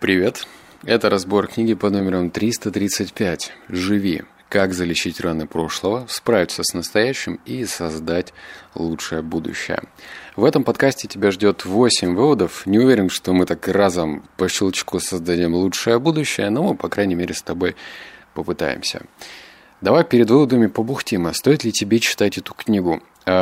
Привет! Это разбор книги под номером 335 «Живи. Как залечить раны прошлого, справиться с настоящим и создать лучшее будущее». В этом подкасте тебя ждет 8 выводов. Не уверен, что мы так разом по щелчку создадим лучшее будущее, но мы, по крайней мере, с тобой попытаемся. Давай перед выводами побухтим, а стоит ли тебе читать эту книгу?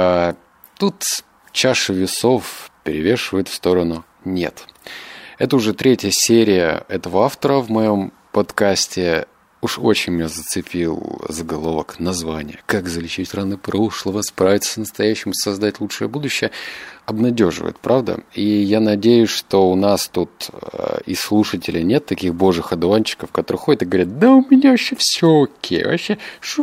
Тут чаша весов перевешивает в сторону «нет». Это уже 3-я серия этого автора в моем подкасте. Уж очень меня зацепил заголовок, название. «Как залечить раны прошлого, справиться с настоящим, создать лучшее будущее». Обнадеживает, правда? И я надеюсь, что у нас тут и слушателей нет таких божьих одуванчиков, которые ходят и говорят: да у меня вообще все окей. Вообще,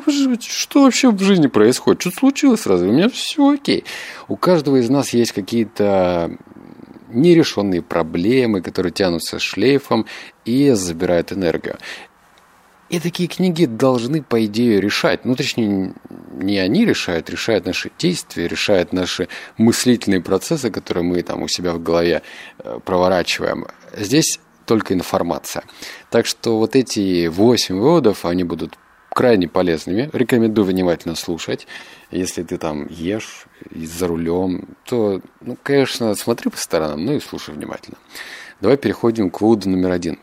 что вообще в жизни происходит? Что случилось сразу? У меня все окей. У каждого из нас есть какие-то нерешенные проблемы, которые тянутся шлейфом и забирают энергию. И такие книги должны, по идее, решать. Ну, точнее, не они решают наши действия, решают наши мыслительные процессы, которые мы там у себя в голове проворачиваем. Здесь только информация. Так что вот эти 8 выводов, они будут крайне полезными. Рекомендую внимательно слушать. Если ты там ешь за рулем, то, конечно, смотри по сторонам, и слушай внимательно. Давай переходим к выводу номер 1.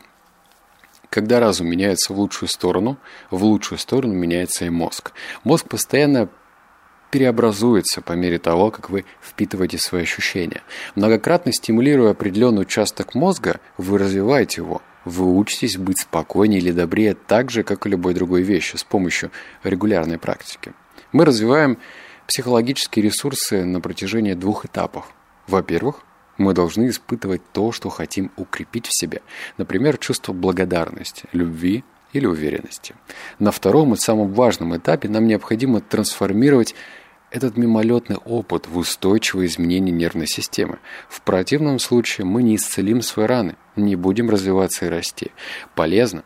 Когда разум меняется в лучшую сторону меняется и мозг. Мозг постоянно преобразуется по мере того, как вы впитываете свои ощущения. Многократно стимулируя определенный участок мозга, вы развиваете его. Вы учитесь быть спокойнее или добрее так же, как и любой другой вещи, с помощью регулярной практики. Мы развиваем психологические ресурсы на протяжении 2 этапов. Во-первых, мы должны испытывать то, что хотим укрепить в себе. Например, чувство благодарности, любви или уверенности. На 2-м и самом важном этапе нам необходимо трансформировать этот мимолетный опыт в устойчивое изменение нервной системы. В противном случае мы не исцелим свои раны, не будем развиваться и расти. Полезно,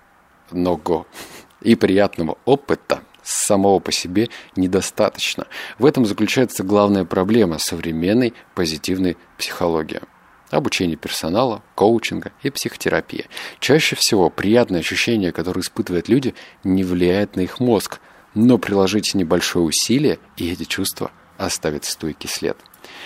но и приятного опыта самого по себе недостаточно. В этом заключается главная проблема современной позитивной психологии. Обучение персонала, коучинга и психотерапия. Чаще всего приятные ощущения, которые испытывают люди, не влияют на их мозг, но приложите небольшое усилие, и эти чувства оставят стойкий след.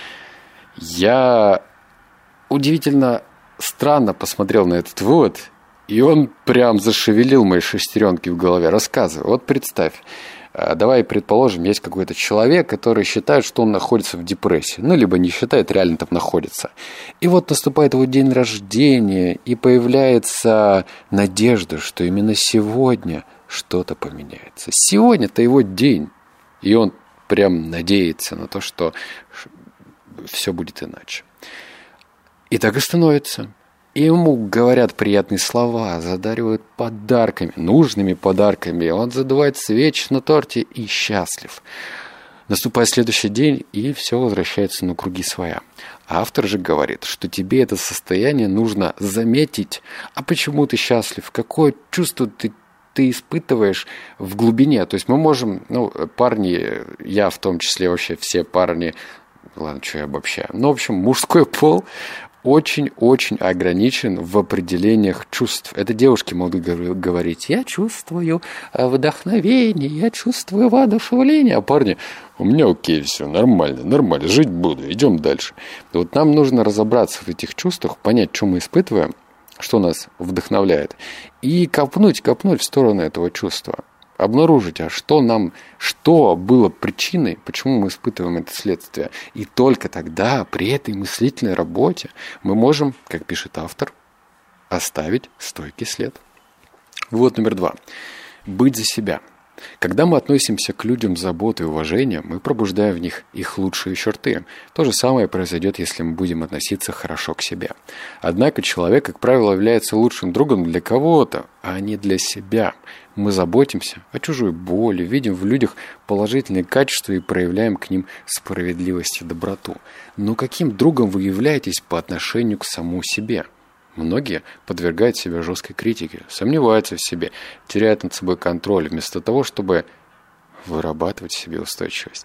Я удивительно странно посмотрел на этот вывод, и он прям зашевелил мои шестеренки в голове. Рассказывай. Вот представь, давай предположим, есть какой-то человек, который считает, что он находится в депрессии. Либо не считает, реально там находится. И вот наступает его день рождения, и появляется надежда, что именно сегодня что-то поменяется. Сегодня-то его день. И он прям надеется на то, что все будет иначе. И так и становится. И ему говорят приятные слова, задаривают подарками, нужными подарками. Он задувает свечи на торте и счастлив. Наступает следующий день, и все возвращается на круги своя. Автор же говорит, что тебе это состояние нужно заметить. А почему ты счастлив? Какое чувство ты испытываешь в глубине? То есть мы можем, парни, я в том числе, вообще все парни, ладно, что я обобщаю. В общем, мужской пол очень-очень ограничен в определениях чувств. Это девушки могут говорить: я чувствую вдохновение, я чувствую воодушевление. А парни: у меня окей, все, нормально, жить буду, идем дальше. Вот нам нужно разобраться в этих чувствах, понять, что мы испытываем, что нас вдохновляет, и копнуть в сторону этого чувства. Обнаружить, что было причиной, почему мы испытываем это следствие. И только тогда, при этой мыслительной работе, мы можем, как пишет автор, оставить стойкий след. Вывод номер 2. Быть за себя. Когда мы относимся к людям с заботой и уважением, мы пробуждаем в них их лучшие черты. То же самое произойдет, если мы будем относиться хорошо к себе. Однако человек, как правило, является лучшим другом для кого-то, а не для себя. Мы заботимся о чужой боли, видим в людях положительные качества и проявляем к ним справедливость и доброту. Но каким другом вы являетесь по отношению к самому себе? Многие подвергают себя жесткой критике, сомневаются в себе, теряют над собой контроль, вместо того, чтобы вырабатывать в себе устойчивость.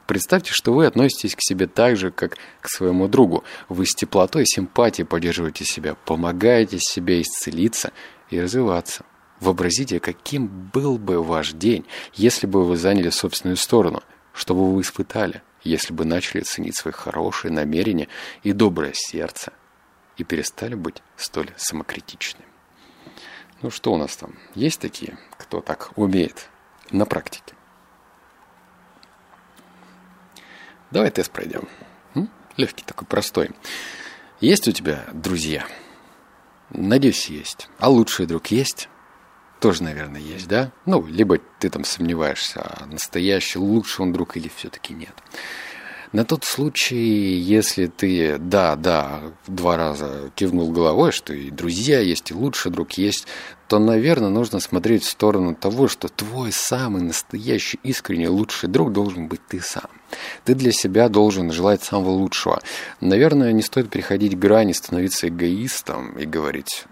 Представьте, что вы относитесь к себе так же, как к своему другу. Вы с теплотой и симпатией поддерживаете себя, помогаете себе исцелиться и развиваться. Вообразите, каким был бы ваш день, если бы вы заняли собственную сторону, что бы вы испытали, если бы начали ценить свои хорошие намерения и доброе сердце и перестали быть столь самокритичными. Ну что у нас там? Есть такие, кто так умеет на практике? Давай тест пройдем. Легкий такой, простой. Есть у тебя друзья? Надеюсь, есть. А лучший друг есть? Тоже, наверное, есть, да? Ну, либо ты там сомневаешься, а настоящий, лучший он друг или все-таки нет. На тот случай, если ты, да, 2 раза кивнул головой, что и друзья есть, и лучший друг есть, то, наверное, нужно смотреть в сторону того, что твой самый настоящий, искренний, лучший друг должен быть ты сам. Ты для себя должен желать самого лучшего. Наверное, не стоит переходить грани, становиться эгоистом и говорить: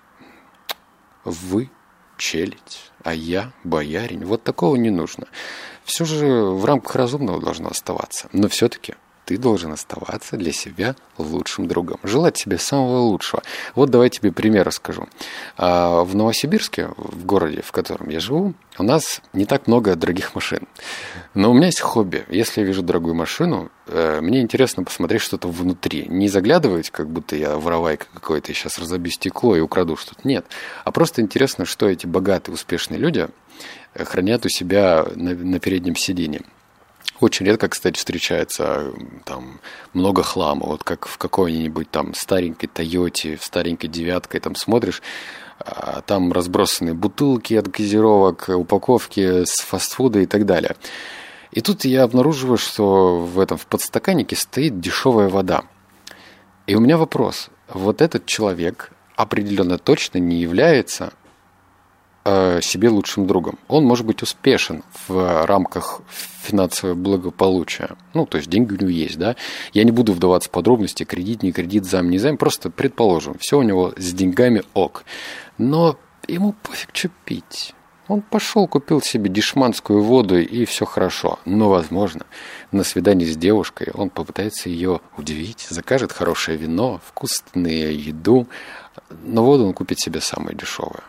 вы челядь, а я боярин. Вот такого не нужно. Все же в рамках разумного должно оставаться. Но все-таки ты должен оставаться для себя лучшим другом. Желать себе самого лучшего. Вот давай тебе пример расскажу. В Новосибирске, в городе, в котором я живу, у нас не так много дорогих машин. Но у меня есть хобби. Если я вижу дорогую машину, мне интересно посмотреть что-то внутри. Не заглядывать, как будто я воровайка какой-то, и сейчас разобью стекло и украду что-то. Нет. А просто интересно, что эти богатые, успешные люди хранят у себя на переднем сиденье. Очень редко, кстати, встречается там много хлама. Вот как в какой-нибудь там старенькой Тойоте, в старенькой девятке там смотришь, там разбросаны бутылки от газировок, упаковки с фастфуда и так далее. И тут я обнаруживаю, что в подстаканнике стоит дешевая вода. И у меня вопрос. Вот этот человек определенно точно не является себе лучшим другом. Он может быть успешен в рамках финансового благополучия. Ну, то есть деньги у него есть, да. Я не буду вдаваться в подробности, кредит, не кредит, займ, не займ. Просто предположим, все у него с деньгами ок. Но ему пофиг, что пить. Он пошел, купил себе дешманскую воду, и все хорошо. Но, возможно, на свидании с девушкой он попытается ее удивить, закажет хорошее вино, вкусную еду, но воду он купит себе самое дешевое.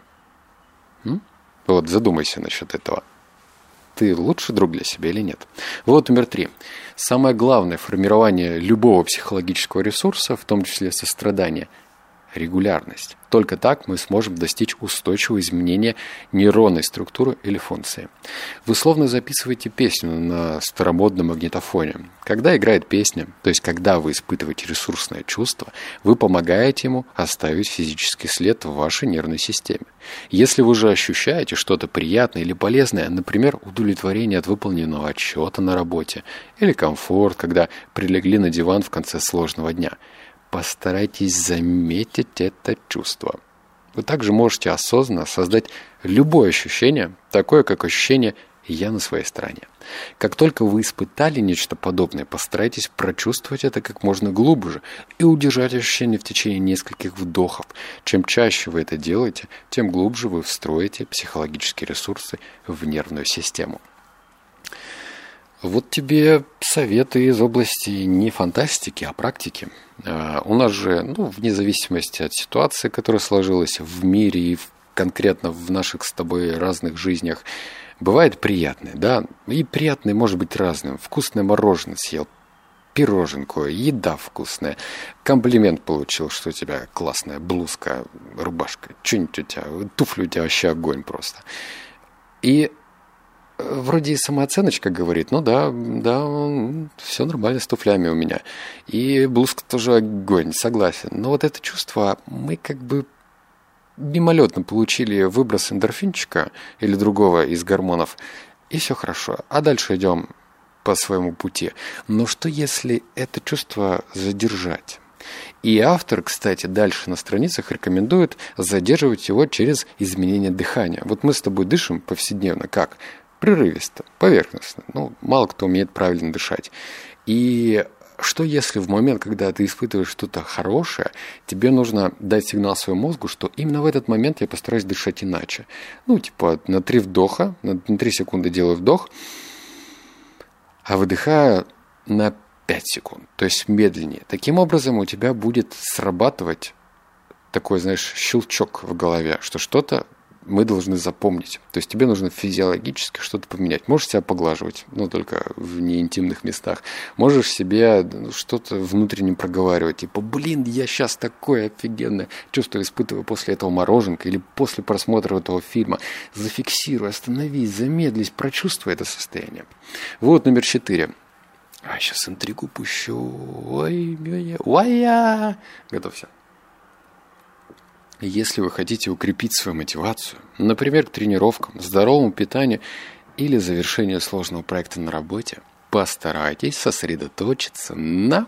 Вот задумайся насчет этого. Ты лучший друг для себя или нет? Вот номер 3. Самое главное формирование любого психологического ресурса, в том числе сострадания, регулярность. Только так мы сможем достичь устойчивого изменения нейронной структуры или функции. Вы словно записываете песню на старомодном магнитофоне. Когда играет песня, то есть когда вы испытываете ресурсное чувство, вы помогаете ему оставить физический след в вашей нервной системе. Если вы же ощущаете что-то приятное или полезное, например, удовлетворение от выполненного отчета на работе или комфорт, когда прилегли на диван в конце сложного дня, постарайтесь заметить это чувство. Вы также можете осознанно создать любое ощущение, такое как ощущение «я на своей стороне». Как только вы испытали нечто подобное, постарайтесь прочувствовать это как можно глубже и удержать ощущение в течение нескольких вдохов. Чем чаще вы это делаете, тем глубже вы встроите психологические ресурсы в нервную систему. Вот тебе советы из области не фантастики, а практики. У нас же, вне зависимости от ситуации, которая сложилась в мире и конкретно в наших с тобой разных жизнях, бывает приятное, да? И приятное может быть разным. Вкусное мороженое съел, пироженку, еда вкусная, комплимент получил, что у тебя классная блузка, рубашка, что-нибудь у тебя, туфли у тебя вообще огонь просто. И вроде и самооценочка говорит, да, все нормально с туфлями у меня. И блузка тоже огонь, согласен. Но вот это чувство мы как бы мимолетно получили выброс эндорфинчика или другого из гормонов, и все хорошо. А дальше идем по своему пути. Но что если это чувство задержать? И автор, кстати, дальше на страницах рекомендует задерживать его через изменение дыхания. Вот мы с тобой дышим повседневно как? Прерывисто, поверхностно. Мало кто умеет правильно дышать. И что если в момент, когда ты испытываешь что-то хорошее, тебе нужно дать сигнал своему мозгу, что именно в этот момент я постараюсь дышать иначе. На 3 вдоха, на 3 секунды делаю вдох, а выдыхаю на 5 секунд, то есть медленнее. Таким образом, у тебя будет срабатывать такой, знаешь, щелчок в голове, что что-то мы должны запомнить. То есть тебе нужно физиологически что-то поменять. Можешь себя поглаживать, но только в неинтимных местах. Можешь себе что-то внутренне проговаривать. Типа, блин, я сейчас такое офигенное чувство испытываю после этого мороженка или после просмотра этого фильма. Зафиксируй, остановись, замедлись, прочувствуй это состояние. Вот номер 4. Сейчас интригу пущу. Ой-я. Готовься. Если вы хотите укрепить свою мотивацию, например, к тренировкам, здоровому питанию или завершению сложного проекта на работе, постарайтесь сосредоточиться на...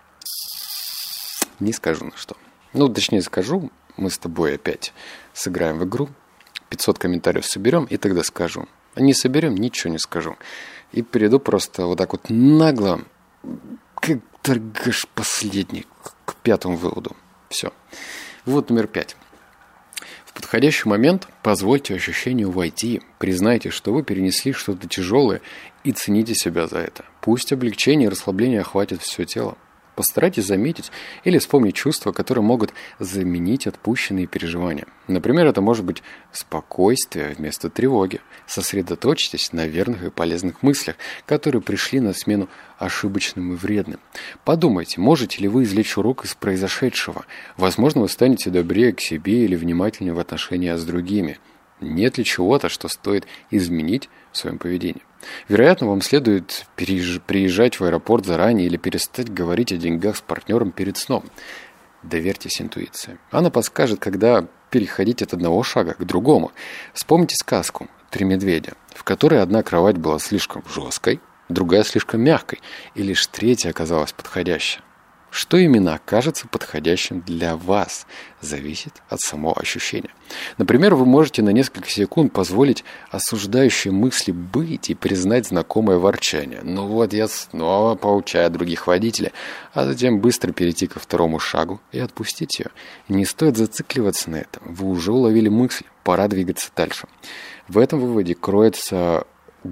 Не скажу на что. Точнее скажу, мы с тобой опять сыграем в игру, 500 комментариев соберем, и тогда скажу. А не соберем, ничего не скажу. И перейду просто вот так вот нагло, как торгаш последний, к 5-му выводу. Все. Вот номер 5. В подходящий момент позвольте ощущению войти, признайте, что вы перенесли что-то тяжелое и цените себя за это. Пусть облегчение и расслабление охватит все тело. Постарайтесь заметить или вспомнить чувства, которые могут заменить отпущенные переживания. Например, это может быть спокойствие вместо тревоги. Сосредоточьтесь на верных и полезных мыслях, которые пришли на смену ошибочным и вредным. Подумайте, можете ли вы извлечь урок из произошедшего. Возможно, вы станете добрее к себе или внимательнее в отношениях с другими. Нет ли чего-то, что стоит изменить в своем поведении? Вероятно, вам следует приезжать в аэропорт заранее или перестать говорить о деньгах с партнером перед сном. Доверьтесь интуиции. Она подскажет, когда переходить от одного шага к другому. Вспомните сказку «Три медведя», в которой одна кровать была слишком жесткой, другая слишком мягкой, и лишь третья оказалась подходящей. Что именно окажется подходящим для вас, зависит от самого ощущения. Например, вы можете на несколько секунд позволить осуждающей мысли быть и признать знакомое ворчание. Я снова поучаю других водителей, а затем быстро перейти ко второму шагу и отпустить ее. Не стоит зацикливаться на этом. Вы уже уловили мысль, пора двигаться дальше. В этом выводе кроется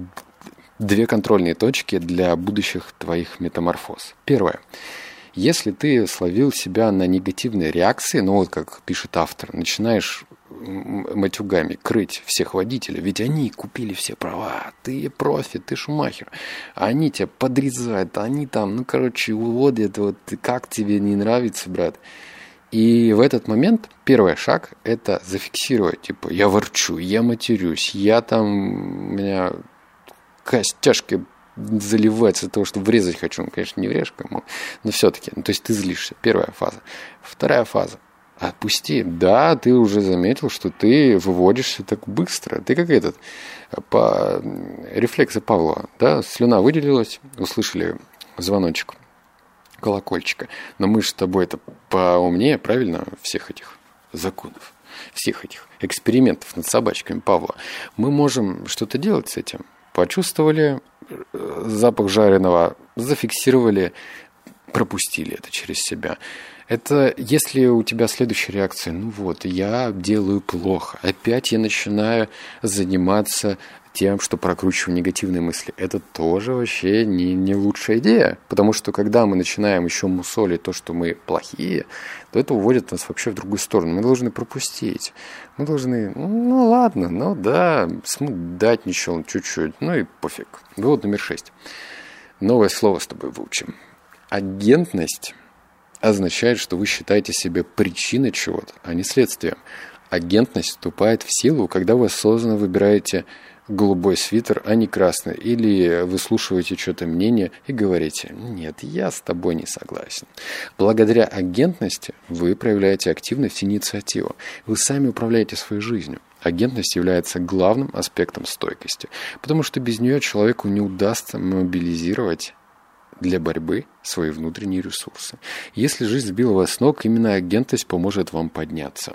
2 контрольные точки для будущих твоих метаморфоз. Первое. Если ты словил себя на негативной реакции, как пишет автор, начинаешь матюгами крыть всех водителей, ведь они купили все права, ты профи, ты шумахер, они тебя подрезают, они уводят, как тебе не нравится, брат. И в этот момент первый шаг – это зафиксировать, я ворчу, я матерюсь, у меня костяшки заливается от того, что врезать хочу. Конечно, не врежь кому, но все-таки. То есть ты злишься. Первая фаза. Вторая фаза. Отпусти. Да, ты уже заметил, что ты выводишься так быстро. Ты как по рефлексы Павлова. Да, слюна выделилась, услышали звоночек колокольчика. Но мы же с тобой это поумнее, правильно, всех этих законов, всех этих экспериментов над собачками Павлова. Мы можем что-то делать с этим. Почувствовали запах жареного, зафиксировали, пропустили это через себя. Это если у тебя следующая реакция, я делаю плохо. Опять я начинаю заниматься тем, что прокручиваю негативные мысли. Это тоже вообще не лучшая идея. Потому что когда мы начинаем еще мусолить то, что мы плохие, то это уводит нас вообще в другую сторону. Мы должны пропустить. Мы должны, дать ничего, чуть-чуть, и пофиг. Вывод номер 6. Новое слово с тобой выучим. Агентность означает, что вы считаете себя причиной чего-то, а не следствием. Агентность вступает в силу, когда вы осознанно выбираете голубой свитер, а не красный. Или выслушиваете что-то мнение и говорите: нет, я с тобой не согласен. Благодаря агентности вы проявляете активность и инициативу. Вы сами управляете своей жизнью. Агентность является главным аспектом стойкости, потому что без нее человеку не удастся мобилизировать для борьбы свои внутренние ресурсы. Если жизнь сбила вас с ног, именно агентность поможет вам подняться.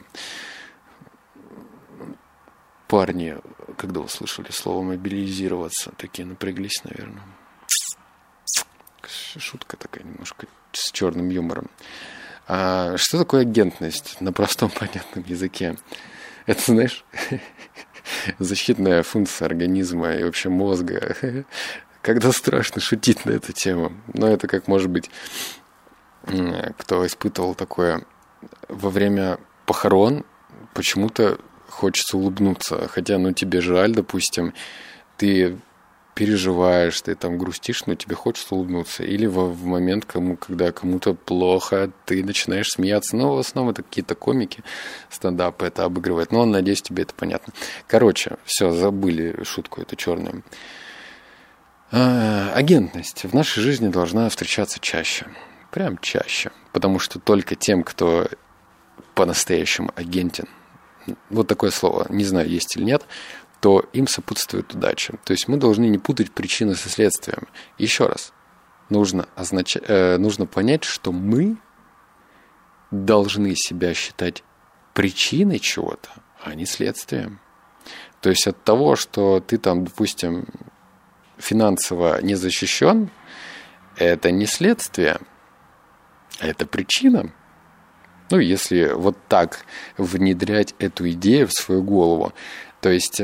Парни, когда услышали слово «мобилизироваться», такие напряглись, наверное. Шутка такая немножко с черным юмором. А что такое агентность на простом понятном языке? Это, знаешь, защитная функция организма и вообще мозга, когда страшно шутить на эту тему. Но это как, может быть, кто испытывал такое во время похорон, почему-то хочется улыбнуться. Хотя, тебе жаль, допустим, ты переживаешь, ты там грустишь, но тебе хочется улыбнуться. Или в момент, когда кому-то плохо, ты начинаешь смеяться. В основном это какие-то комики, стендапы это обыгрывают. Но, надеюсь, тебе это понятно. Короче, все, забыли шутку эту черную. Агентность в нашей жизни должна встречаться чаще. Прям чаще. Потому что только тем, кто по-настоящему агентен, вот такое слово, не знаю, есть или нет, то им сопутствует удача. То есть мы должны не путать причины со следствием. Еще раз, нужно понять, что мы должны себя считать причиной чего-то, а не следствием. То есть от того, что ты там, допустим, финансово не защищен, это не следствие, это причина. Если вот так внедрять эту идею в свою голову. То есть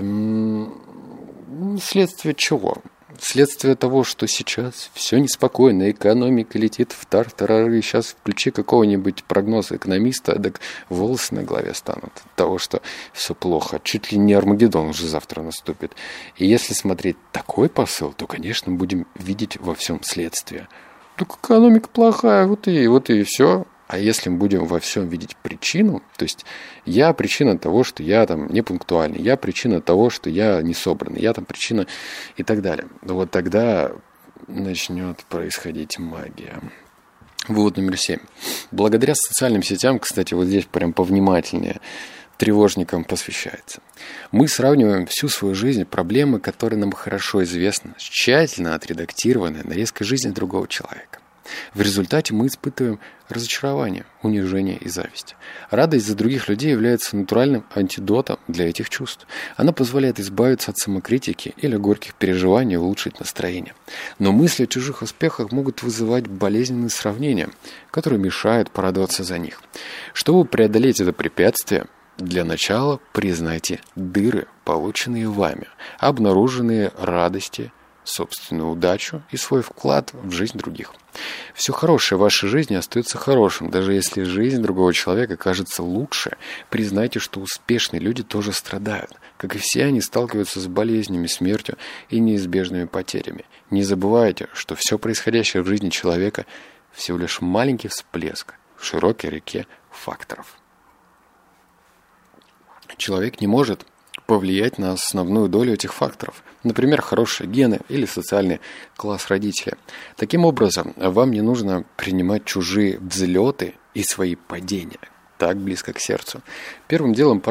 следствие чего? Следствие того, что сейчас все неспокойно, экономика летит в тартарары, сейчас включи какого-нибудь прогноза экономиста, так волосы на голове станут от того, что все плохо. Чуть ли не Армагеддон уже завтра наступит. И если смотреть такой посыл, то, конечно, будем видеть во всем следствие. Экономика плохая, вот и все. А если мы будем во всем видеть причину, то есть я причина того, что я там не пунктуальный, я причина того, что я не собранный, я там причина и так далее. Вот тогда начнет происходить магия. Вывод номер 7. Благодаря социальным сетям, кстати, вот здесь прям повнимательнее, тревожникам посвящается. Мы сравниваем всю свою жизнь, проблемы, которые нам хорошо известны, с тщательно отредактированной нарезкой жизни другого человека. В результате мы испытываем разочарование, унижение и зависть. Радость за других людей является натуральным антидотом для этих чувств. Она позволяет избавиться от самокритики или горьких переживаний и улучшить настроение. Но мысли о чужих успехах могут вызывать болезненные сравнения, которые мешают порадоваться за них. Чтобы преодолеть это препятствие, для начала признайте дыры, полученные вами, обнаруженные радости, собственную удачу и свой вклад в жизнь других. Все хорошее в вашей жизни остается хорошим, даже если жизнь другого человека кажется лучше. Признайте, что успешные люди тоже страдают. Как и все, они сталкиваются с болезнями, смертью и неизбежными потерями. Не забывайте, что все происходящее в жизни человека всего лишь маленький всплеск в широкой реке факторов. Человек не может повлиять на основную долю этих факторов. Например, хорошие гены или социальный класс родителей. Таким образом, вам не нужно принимать чужие взлеты и свои падения так близко к сердцу. Первым делом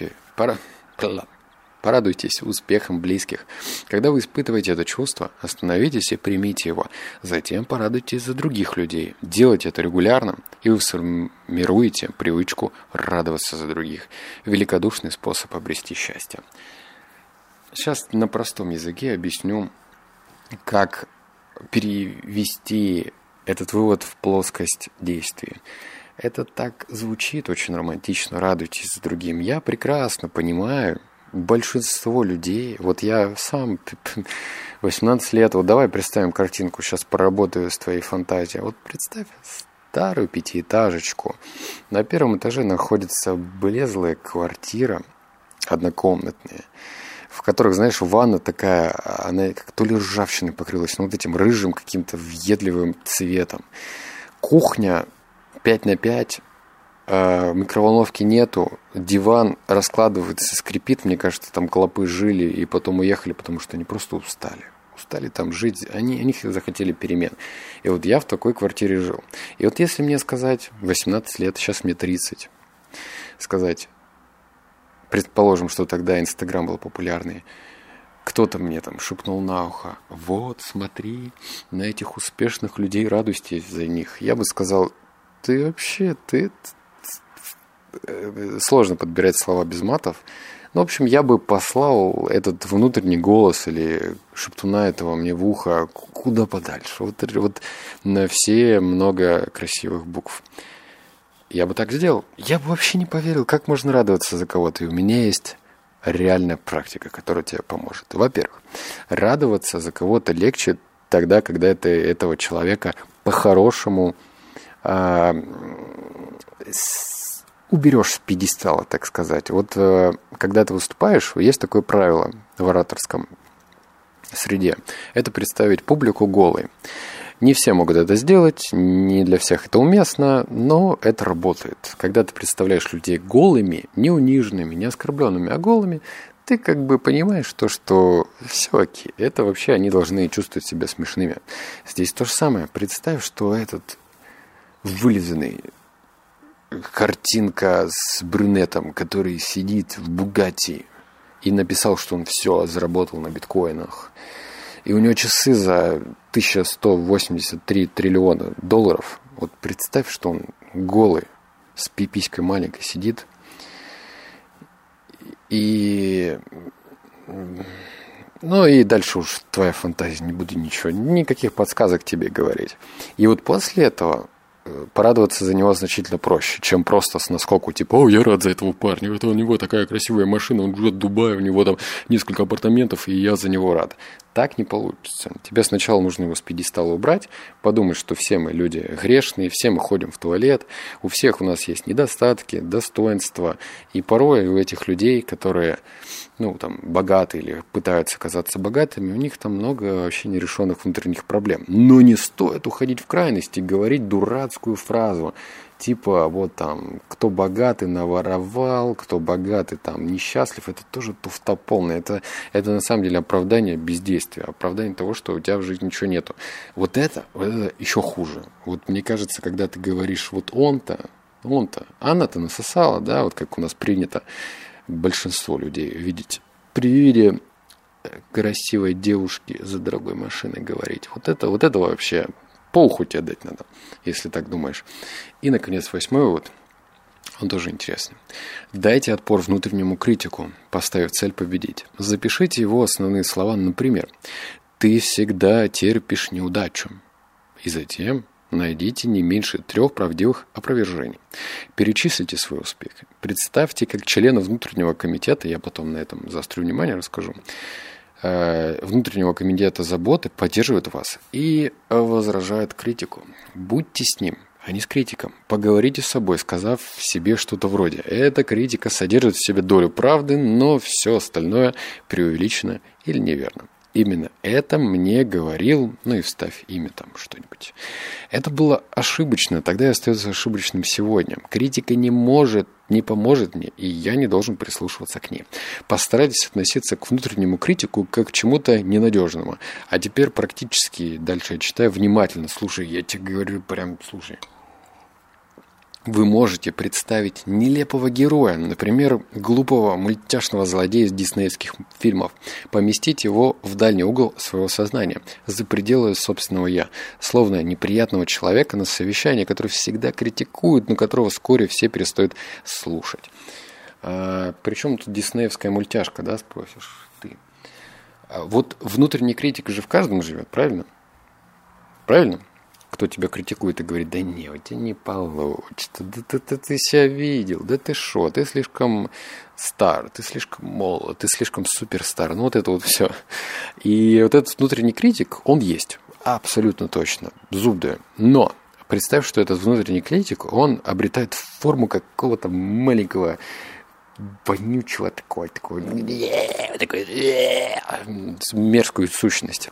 порадуйтесь успехам близких. Когда вы испытываете это чувство, остановитесь и примите его. Затем порадуйтесь за других людей. Делайте это регулярно, и вы сформируете привычку радоваться за других. Великодушный способ обрести счастье. Сейчас на простом языке объясню, как перевести этот вывод в плоскость действий. Это так звучит очень романтично, радуйтесь за другим. Я прекрасно понимаю, большинство людей, вот я сам 18 лет, вот давай представим картинку, сейчас поработаю с твоей фантазией. Вот представь старую пятиэтажечку. На первом этаже находится облезлая квартира, однокомнатная, в которых, знаешь, ванна такая, она как то ли ржавчиной покрылась, вот этим рыжим каким-то въедливым цветом. Кухня 5×5, микроволновки нету, диван раскладывается, скрипит, мне кажется, там клопы жили и потом уехали, потому что они просто устали. Устали там жить, они захотели перемен. И вот я в такой квартире жил. И вот если мне сказать, 18 лет, сейчас мне 30, сказать, предположим, что тогда Инстаграм был популярный, кто-то мне там шепнул на ухо, вот, смотри, на этих успешных людей, радуйся за них. Я бы сказал, ты вообще, сложно подбирать слова без матов. Ну, в общем, я бы послал этот внутренний голос или шептуна этого мне в ухо куда подальше. Вот на все много красивых букв. Я бы так сделал. Я бы вообще не поверил, как можно радоваться за кого-то. И у меня есть реальная практика, которая тебе поможет. Во-первых, радоваться за кого-то легче тогда, когда ты этого человека по-хорошему уберешь с пьедестала, так сказать. Вот когда ты выступаешь, есть такое правило в ораторском среде. Это представить публику голой. Не все могут это сделать, не для всех это уместно, но это работает. Когда ты представляешь людей голыми, не униженными, не оскорбленными, а голыми, ты как бы понимаешь то, что все окей. Это вообще они должны чувствовать себя смешными. Здесь то же самое. Представь, что этот вылизанный картинка с брюнетом, который сидит в Бугатти и написал, что он все заработал на биткоинах. И у него часы за 1183 триллиона долларов. Вот представь, что он голый, с пиписькой маленькой сидит. И... Ну и дальше уж твоя фантазия, не буду ничего, никаких подсказок тебе говорить. И вот после этого порадоваться за него значительно проще, чем просто с наскоку, типа, о, я рад за этого парня, это у него такая красивая машина, он живет в Дубае, у него там несколько апартаментов, и я за него рад. Так не получится. Тебе сначала нужно его с пьедестала убрать, подумать, что все мы люди грешные, все мы ходим в туалет, у всех у нас есть недостатки, достоинства, и порой у этих людей, которые, ну, там, богаты или пытаются казаться богатыми, у них там много вообще нерешенных внутренних проблем. Но не стоит уходить в крайности, говорить дурацкую фразу, типа, вот там, кто богатый наворовал, кто богатый там несчастлив, это тоже туфта полная. Это на самом деле оправдание бездействия, оправдание того, что у тебя в жизни ничего нету. Вот это еще хуже. Вот мне кажется, когда ты говоришь, вот он-то, она-то насосала, да, вот как у нас принято большинство людей видеть при виде красивой девушки за дорогой машиной говорить. Вот это вообще по уху тебе дать надо, если так думаешь. И, наконец, 8-й вывод. Он тоже интересный. Дайте отпор внутреннему критику, поставив цель победить. Запишите его основные слова, например, «Ты всегда терпишь неудачу». И затем найдите не меньше 3 правдивых опровержений. Перечислите свой успех. Представьте, как члена внутреннего комитета, я потом на этом заострю внимание, расскажу, внутреннего комитета заботы поддерживает вас и возражает критику. Будьте с ним, а не с критиком. Поговорите с собой, сказав себе что-то вроде: «Эта критика содержит в себе долю правды, но все остальное преувеличено или неверно. Именно это мне говорил», ну и вставь имя там что-нибудь. Это было ошибочно, тогда и остается ошибочным сегодня. Критика не поможет мне, и я не должен прислушиваться к ней. Постарайтесь относиться к внутреннему критику как к чему-то ненадежному. А теперь практически, дальше я читаю, внимательно. Слушай, я тебе говорю, прям слушай. Вы можете представить нелепого героя, например, глупого мультяшного злодея из диснеевских фильмов, поместить его в дальний угол своего сознания, за пределы собственного «я», словно неприятного человека на совещании, который всегда критикует, но которого вскоре все перестают слушать. Причем тут диснеевская мультяшка, да, спросишь ты. Вот внутренний критик же в каждом живет, правильно? Правильно? Кто тебя критикует и говорит: да не, у тебя не получится, да ты себя видел, да ты шо, ты слишком стар, ты слишком молод, ты слишком суперстар, ну вот это вот все. И вот этот внутренний критик, он есть, абсолютно точно, зуб даю. Но представь, что этот внутренний критик, он обретает форму какого-то маленького, вонючего такой мерзкую сущность.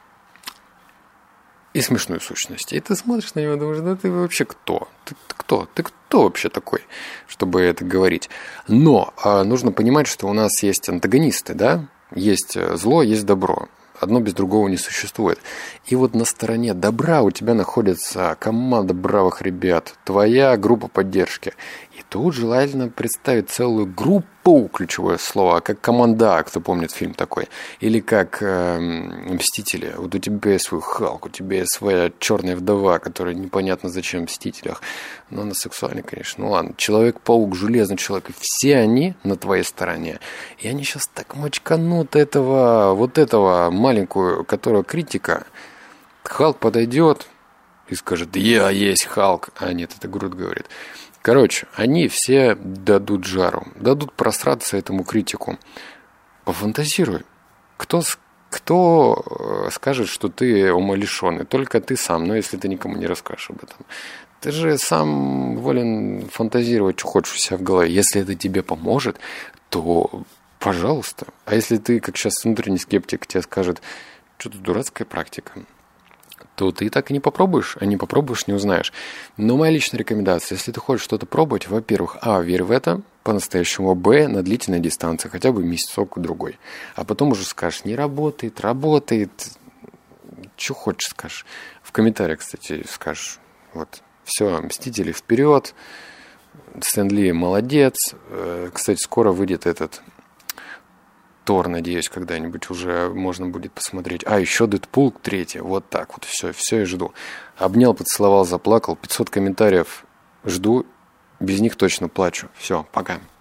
И смешную сущность. И ты смотришь на него и думаешь: да ты вообще кто? Ты кто вообще такой, чтобы это говорить? Но нужно понимать, что у нас есть антагонисты, да? Есть зло, есть добро. Одно без другого не существует. И вот на стороне добра у тебя находится команда бравых ребят, твоя группа поддержки. И тут желательно представить целую группу, ключевое слово, как команда, кто помнит фильм такой, или как Мстители. Вот у тебя есть свой Халк, у тебя есть своя черная вдова, которая непонятно зачем в Мстителях. Но она сексуальная, конечно. Ну ладно, Человек-паук, Железный человек, и все они на твоей стороне. И они сейчас так мочканут этого маленькую, которая критика. Халк подойдет и скажет: я есть Халк. А нет, это Грут говорит. Короче, они все дадут жару, дадут просраться этому критику. Пофантазируй. Кто скажет, что ты умалишенный? Только ты сам, но если ты никому не расскажешь об этом. Ты же сам волен фантазировать, что хочешь у себя в голове. Если это тебе поможет, то пожалуйста. А если ты, как сейчас внутренний скептик, тебе скажет, что-то дурацкая практика, то ты так и не попробуешь, а не попробуешь, не узнаешь. Но моя личная рекомендация, если ты хочешь что-то пробовать, во-первых, верь в это по-настоящему, на длительной дистанции, хотя бы месяцок-другой. А потом уже скажешь, не работает, работает, что хочешь скажешь. В комментариях, кстати, скажешь, вот, все, Мстители вперед, Стэн Ли молодец. Кстати, скоро выйдет этот Тор, надеюсь, когда-нибудь уже можно будет посмотреть. Еще Дэдпул 3. Вот так вот. Все я жду. Обнял, поцеловал, заплакал. 500 комментариев жду. Без них точно плачу. Все, пока.